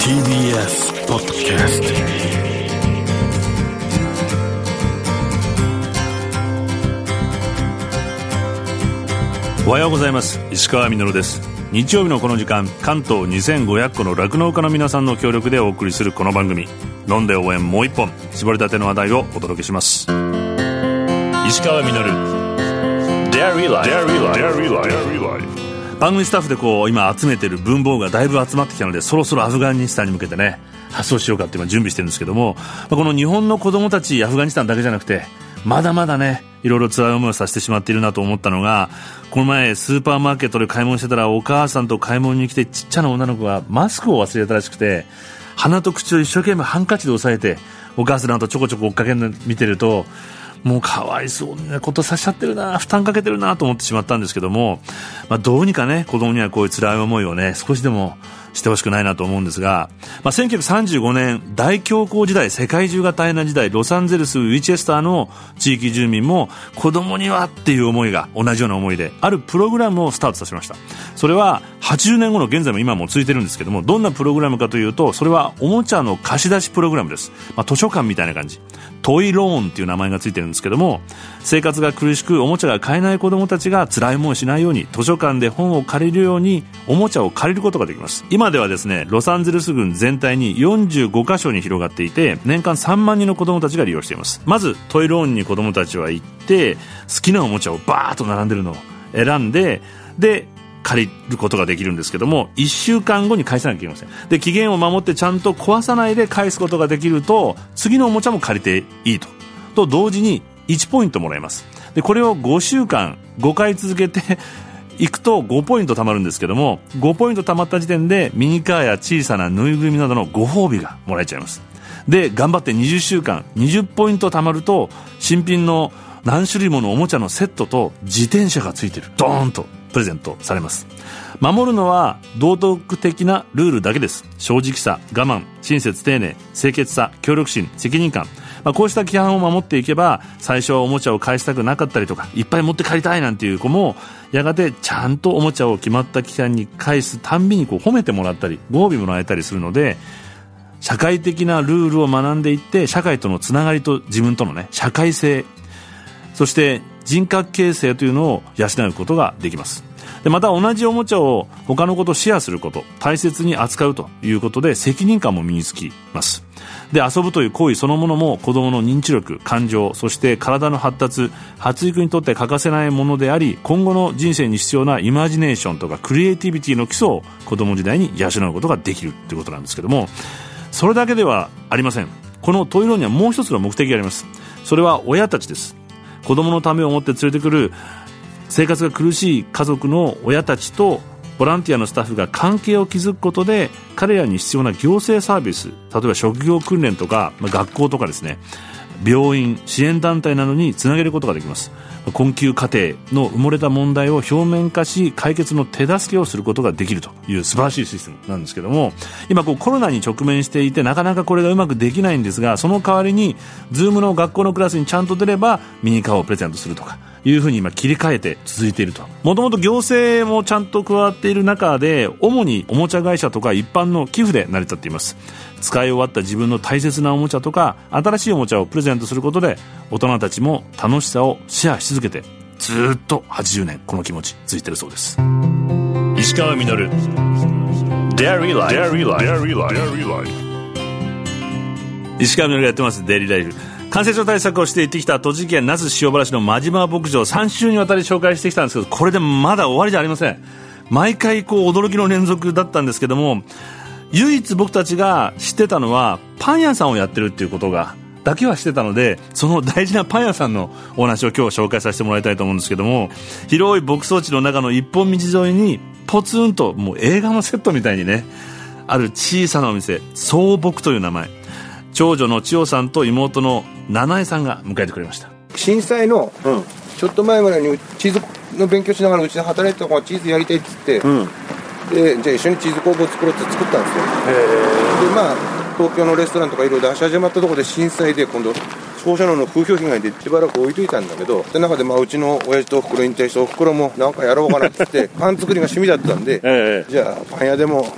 TBS ポッドキャスト。おはようございます。石川みのるです。日曜日のこの時間、関東2500個の酪農家の皆さんの協力でお送りするこの番組、飲んで応援もう一本、絞りたての話題をお届けします。石川みのる Dairy Life。番組スタッフで今集めてる文房具がだいぶ集まってきたので、そろそろアフガニスタンに向けてね発送しようかって今準備してるんですけども、この日本の子供たちアフガニスタンだけじゃなくてまだまだねいろいろ辛い思いをさせてしまっているなと思ったのが、この前スーパーマーケットで買い物してたら、お母さんと買い物に来てちっちゃな女の子がマスクを忘れたらしくて、鼻と口を一生懸命ハンカチで押さえてお母さんの後ちょこちょこ追っかけるの見てると、もうかわいそうなことさせちゃってるな、負担かけてるなと思ってしまったんですけども、どうにかね子供にはこういう辛い思いをね少しでもしてほしくないなと思うんですが、1935年大恐慌時代、世界中が大変な時代、ロサンゼルスウィチェスターの地域住民も子供にはっていう思いが同じような思いであるプログラムをスタートさせました。それは80年後の現在も今も続いてるんですけども、どんなプログラムかというと、それはおもちゃの貸し出しプログラムです。図書館みたいな感じ、トイローンっていう名前がついてるんですけども、生活が苦しくおもちゃが買えない子どもたちが辛い思いをしないように、図書館で本を借りるようにおもちゃを借りることができます。今ではですね、ロサンゼルス郡全体に45カ所に広がっていて、年間3万人の子どもたちが利用しています。まずトイローンに子どもたちは行って、好きなおもちゃをバーッと並んでるのを選んで、借りることができるんですけども、1週間後に返さなきゃいけません。で、期限を守ってちゃんと壊さないで返すことができると、次のおもちゃも借りていいと同時に1ポイントもらえます。で、これを5週間5回続けていくと5ポイント貯まるんですけども、5ポイント貯まった時点でミニカーや小さなぬいぐるみなどのご褒美がもらえちゃいます。で、頑張って20週間20ポイント貯まると、新品の何種類ものおもちゃのセットと自転車がついてるドーンとプレゼントされます。守るのは道徳的なルールだけです。正直さ、我慢、親切丁寧、清潔さ、協力心、責任感、こうした規範を守っていけば、最初はおもちゃを返したくなかったりとか、いっぱい持って帰りたいなんていう子も、やがてちゃんとおもちゃを決まった期間に返すたんびに褒めてもらったりご褒美もらえたりするので、社会的なルールを学んでいって、社会とのつながりと自分とのね社会性、そして人格形成というのを養うことができます。で、また同じおもちゃを他の子とシェアすること、大切に扱うということで責任感も身につきます。で、遊ぶという行為そのものも子どもの認知力、感情、そして体の発達、発育にとって欠かせないものであり、今後の人生に必要なイマジネーションとかクリエイティビティの基礎を子ども時代に養うことができるということなんですけども、それだけではありません。このトイローンにはもう一つの目的があります。それは親たちです。子供のためを思って連れてくる生活が苦しい家族の親たちとボランティアのスタッフが関係を築くことで、彼らに必要な行政サービス、例えば職業訓練とか、学校とかですね、病院、支援団体などにつなげることができます。困窮家庭の埋もれた問題を表面化し、解決の手助けをすることができるという素晴らしいシステムなんですけども、今コロナに直面していてなかなかこれがうまくできないんですが、その代わりに Zoom の学校のクラスにちゃんと出ればミニカーをプレゼントするとかいうふうに今切り替えて続いていると。もともと行政もちゃんと加わっている中で、主におもちゃ会社とか一般の寄付で成り立っています。使い終わった自分の大切なおもちゃとか新しいおもちゃをプレゼントすることで、大人たちも楽しさをシェアし続けて、ずっと80年この気持ち続いているそうです。石川みのる Dairy Life。 石川みのるがやってますデイリーライフ。感染症対策をしていってきた栃木県那須塩原市の真島牧場、3週にわたり紹介してきたんですけど、これでまだ終わりじゃありません。毎回驚きの連続だったんですけども、唯一僕たちが知ってたのはパン屋さんをやってるっていうことだけはしてたので、その大事なパン屋さんのお話を今日紹介させてもらいたいと思うんですけども、広い牧草地の中の一本道沿いにポツンと、もう映画のセットみたいにねある小さなお店、草牧という名前、長女の千代さんと妹の七重さんが迎えてくれました。 震災のちょっと前ぐらいにチーズの勉強しながらうちで働いてた子がチーズやりたいって言って、でじゃあ一緒にチーズ工房作ろうって作ったんですよ。で東京のレストランとかいろいろ出し始まったところで震災で今度放射能の風評被害でしばらく置いといたんだけど、その中でうちの親父とおふくろに対しておふくろもなんかやろうかなって言ってパン作りが趣味だったんで、じゃあパン屋でも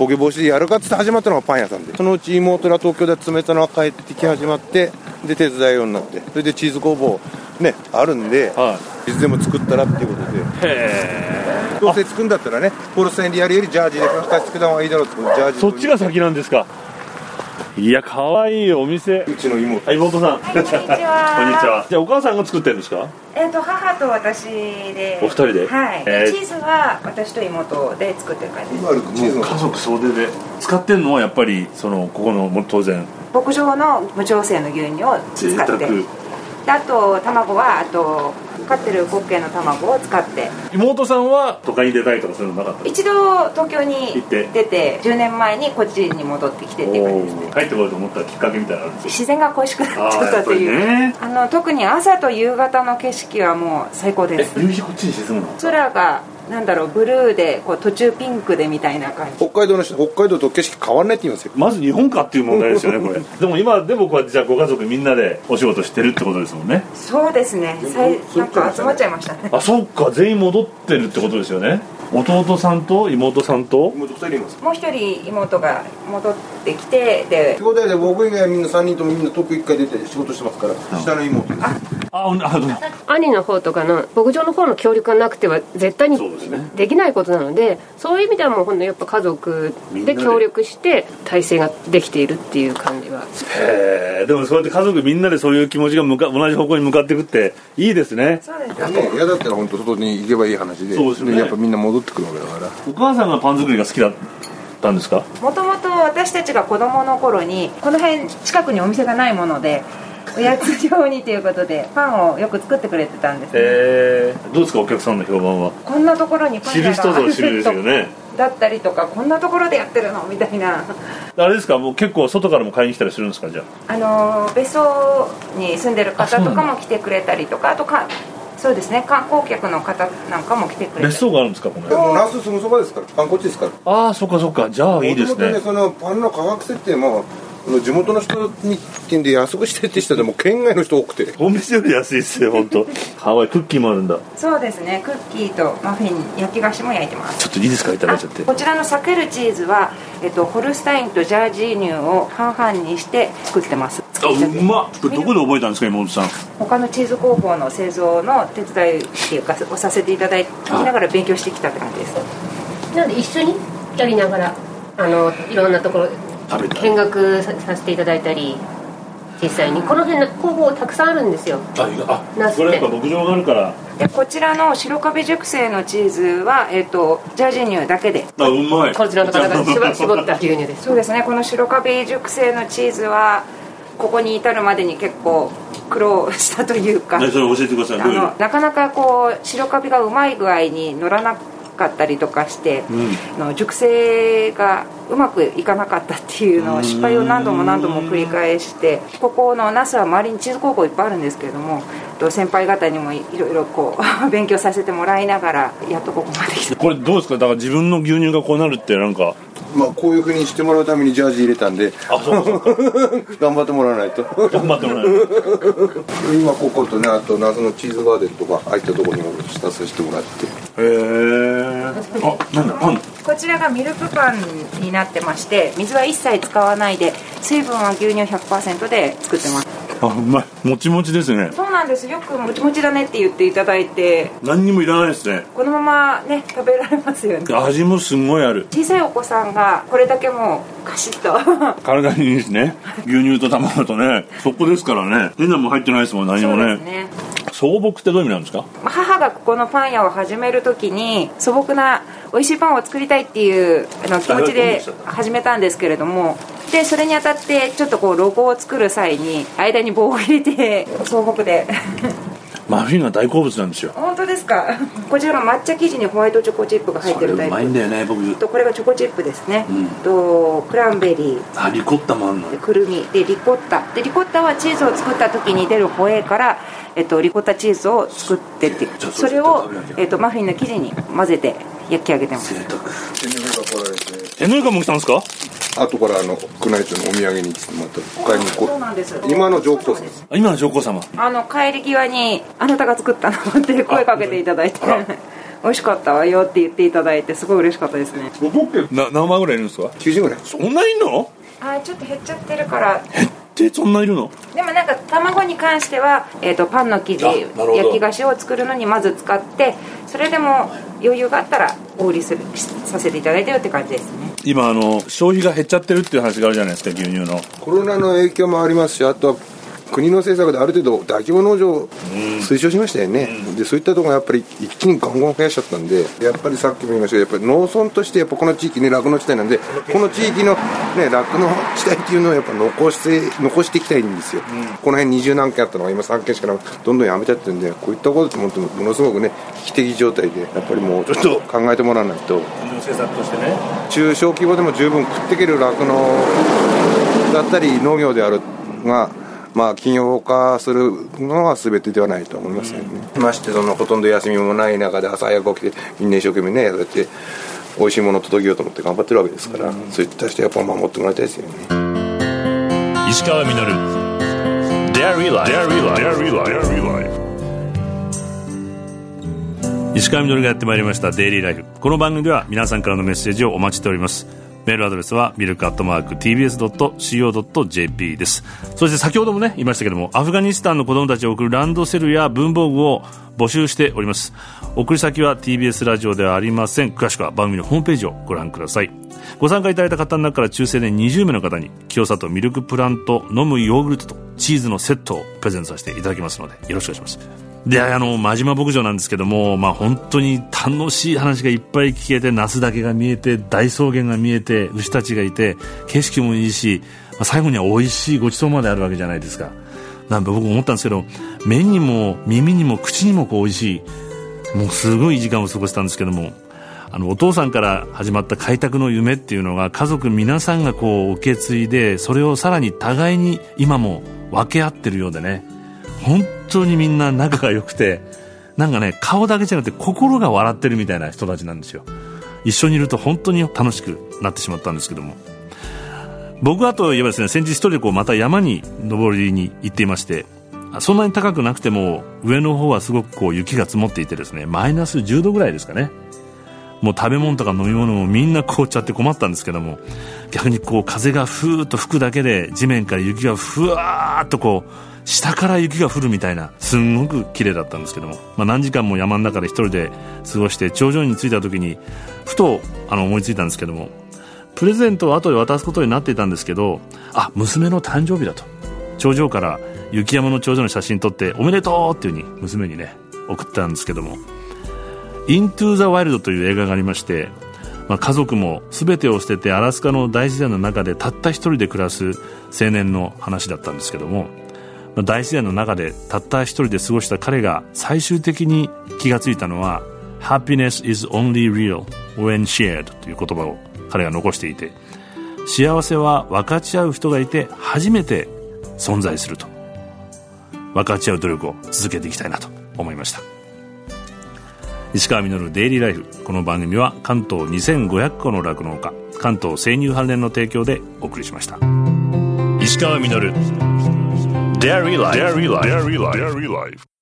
焦げ防止でやるかっつって始まったのがパン屋さんで、そのうち妹が東京で詰めたのが帰ってき始まって、で手伝うようになって、それでチーズ工房ねあるんで、いつでも作ったらっていうことで、どうせ作るんだったらね、ポルセンでやるよりジャージで2つ作った方がいいだろうってことで、ジャージそっちが先なんですか。いや、かわいいお店。 うちの妹。 妹さん。 こんにちは。 こんにちは。じゃあお母さんが作ってるんですか。 母と私で。 お二人で。 はい。チーズは私と妹で作ってる感じです。 家族総出で使ってるのはやっぱりここのも当然牧場の無調整の牛乳を使って。であと卵は飼ってる国系の卵を使って。 妹さんは都会に出たいとかそういうのなかった。 一度東京に出て10年前にこっちに戻ってきてっていう感じですね。 帰ってこようと思ったきっかけみたいなのあるんですか。 自然が恋しくなっちゃったという、ね、特に朝と夕方の景色はもう最高です。 夕日こっちに沈むの。 空がなんだろう、ブルーでこう途中ピンクでみたいな感じ。 北海道と景色変わらないって言いますよ。 まず日本かっていう問題ですよねこれ。でも今でもこうやってじゃあご家族みんなでお仕事してるってことですもんね。 そうですね。なんか集まっちゃいましたね。 あ、そうか、全員戻ってるってことですよね。弟さんと妹さんと妹2人います。 もう一人妹が戻ってきて、で兄弟で僕以外みんな3人ともみんな東京1回出て仕事してますから、下の妹です。 兄の方とかの牧場の方の協力がなくては絶対にできないことなので、そういう意味ではもうほんとやっぱ家族で協力して体制ができているっていう感じは。 へえ。でもそうやって家族みんなでそういう気持ちが同じ方向に向かっていくっていいですね。 そうですね。嫌だったら本当外に行けばいい話で、 そうですね。 やっぱみんな戻ってくるわけだから。 お母さんがパン作りが好きだったんですか。 もともと私たちが子供の頃にこの辺近くにお店がないもので、おやつ用にということでパンをよく作ってくれてたんですね。 どうですかお客さんの評判は。 こんなところにパン屋がある知るですよね。 だったりとか、こんなところでやってるのみたいな。 あれですか、もう結構外からも買いに来たりするんですか。じゃあ別荘に住んでる方とかも来てくれたりとか、あとそうですね、観光客の方なんかも来てくれて。 別荘があるんですかこの辺。 もう那須すぐそばですから、観光地ですから。 ああ、そっかそっか。じゃあいいですね。 元々ね、そのパンの価格設定も地元の人にってんで安くしてって人でも県外の人多くて、 お店より安いですよ本当。かわいい。クッキーもあるんだ。 そうですね、クッキーとマフィン、焼き菓子も焼いてます。 ちょっといいですか、いただいちゃって。 こちらの裂けるチーズは、ホルスタインとジャージー乳を半々にして作ってます。 あ、うまっ。これどこで覚えたんですか妹さん。 他のチーズ工房の製造の手伝いっていうかをさせていただきながら勉強してきたって感じです。 なので一緒にやりながらいろんなところ見学させていただいたり、実際にこの辺の工房たくさんあるんですよ。 これやっぱ牧場があるから。 でこちらの白カビ熟成のチーズは、ジャージー乳だけで。 あ、うまい。 こちらの方が絞った牛乳です。 そうですね、この白カビ熟成のチーズはここに至るまでに結構苦労したというか、 それ教えてください。 なかなかこう白カビがうまい具合に乗らなかったりとかして、熟成がうまくいかなかったっていうのを失敗を何度も繰り返して、ここの那須は周りにチーズ工房いっぱいあるんですけれども、先輩方にもいろいろこう勉強させてもらいながらやっとここまで来た。 これどうですか。だから自分の牛乳がこうなるってなんか、 こういう風にしてもらうためにジャージ入れたんで、頑張ってもらわないと。 頑張ってもらえる。 今こことね、あと謎のチーズガーデンとかああいったところにも出させてもらって。 なんだパン。 こちらがミルクパンになってまして、水は一切使わないで、水分は牛乳 100% で作ってます。 あ、うまい。もちもちですね。 そうなんです。よくもちもちだねって言っていただいて、 何にもいらないですね。 このままね食べられますよね。 味もすごいある。 小さいお子さんがこれだけもうカシッと体にいいですね。牛乳と卵とね、そこですからね。変なもん入ってないですもん、何もね。 そうですね。 素朴ってどういう意味なんですか。 母がここのパン屋を始める時に素朴な美味しいパンを作りたいっていう気持ちで始めたんですけれども、でそれにあたってちょっとこうロゴを作る際に間に棒を入れて素朴でマフィンが大好物なんですよ。 本当ですか。こちらが抹茶生地にホワイトチョコチップが入ってるタイプ。 それうまいんだよね僕。 これがチョコチップですね、クランベリー、 リコッタもあるの。 くるみでリコッタはチーズを作った時に出るホエーから、リコッタチーズを作ってって、それを、マフィンの生地に混ぜて焼き上げてます。 手縫いがも来たんですか。 後から宮内庁のお土産にまた買いに行こう。 そうなんです。 今の上皇様です。 今の上皇様。 帰り際にあなたが作ったのって声かけていただいて、 美味しかったわよって言っていただいてすごい嬉しかったですね。 僕って何万ぐらいいるんですか ？90ぐらい。 そんないるの？ ちょっと減っちゃってるから。 減ってそんないるの？ でもなんか卵に関しては、パンの生地焼き菓子を作るのにまず使って、それでも余裕があったらお売りさせていただいてるって感じですね。 今消費が減っちゃってるっていう話があるじゃないですか、牛乳の。 コロナの影響もありますし、あとは国の政策である程度大規模農場を推奨しましたよね、でそういったところがやっぱり一気にガンガン増やしちゃったんで、やっぱりさっきも言いましたけど、やっぱり農村としてやっぱこの地域ね、酪農地帯なんで、この地域のね酪農地帯っていうのをやっぱ残していきたいんですよ、この辺20何件あったのが今3件しかなくどんどんやめちゃってるんで、こういったことってものすごくね危機的状態で、やっぱりもうちょっと考えてもらわないと、 政策としてね、 中小規模でも十分食っていける酪農だったり農業であるが、企業化するのが全てではないと思いますよね、ましてほとんど休みもない中で朝早く起きてみんな一生懸命ねやって美味しいものを届けようと思って頑張ってるわけですから、そういった人やっぱ守ってもらいたいですよね。 石川稔 Dairy Life 石川稔がやってまいりましたデイリーライフ。この番組では皆さんからのメッセージをお待ちしております。メールアドレスはmilk@tbs.co.jp です。そして先ほどもね言いましたけども、アフガニスタンの子どもたちを送るランドセルや文房具を募集しております。送り先は TBS ラジオではありません。詳しくは番組のホームページをご覧ください。ご参加いただいた方の中から抽選で20名の方に清里ミルクプラント飲むヨーグルトとチーズのセットをプレゼントさせていただきますのでよろしくお願いします。で真島牧場なんですけども、本当に楽しい話がいっぱい聞けて、那須岳が見えて大草原が見えて牛たちがいて景色もいいし、最後には美味しいごちそうまであるわけじゃないですか。なんか僕思ったんですけど、目にも耳にも口にも美味しい、もうすごいいい時間を過ごしたんですけども、お父さんから始まった開拓の夢っていうのが家族皆さんが受け継いで、それをさらに互いに今も分け合ってるようでね、本当にみんな仲が良くて、なんかね顔だけじゃなくて心が笑ってるみたいな人たちなんですよ。一緒にいると本当に楽しくなってしまったんですけども、僕はといえばですね、先日一人でまた山に登りに行っていまして、そんなに高くなくても上の方はすごく雪が積もっていてですね、マイナス10度ぐらいですかね。もう食べ物とか飲み物もみんな凍っちゃって困ったんですけども、逆に風がふーっと吹くだけで地面から雪がふわーっと下から雪が降るみたいな、すんごく綺麗だったんですけども、何時間も山の中で一人で過ごして頂上に着いた時にふと思いついたんですけども、プレゼントを後で渡すことになっていたんですけど、娘の誕生日だと、頂上から雪山の頂上の写真撮っておめでとうっていう風に娘にね送ったんですけども、イントゥーザワイルドという映画がありまして、家族も全てを捨ててアラスカの大自然の中でたった一人で暮らす青年の話だったんですけども、大自然の中でたった一人で過ごした彼が最終的に気がついたのは Happiness is only real when shared という言葉を彼が残していて、幸せは分かち合う人がいて初めて存在すると、分かち合う努力を続けていきたいなと思いました。石川稔デイリーライフ。この番組は関東2500個の酪農家、関東生乳関連の提供でお送りしました。石川稔Dairy Life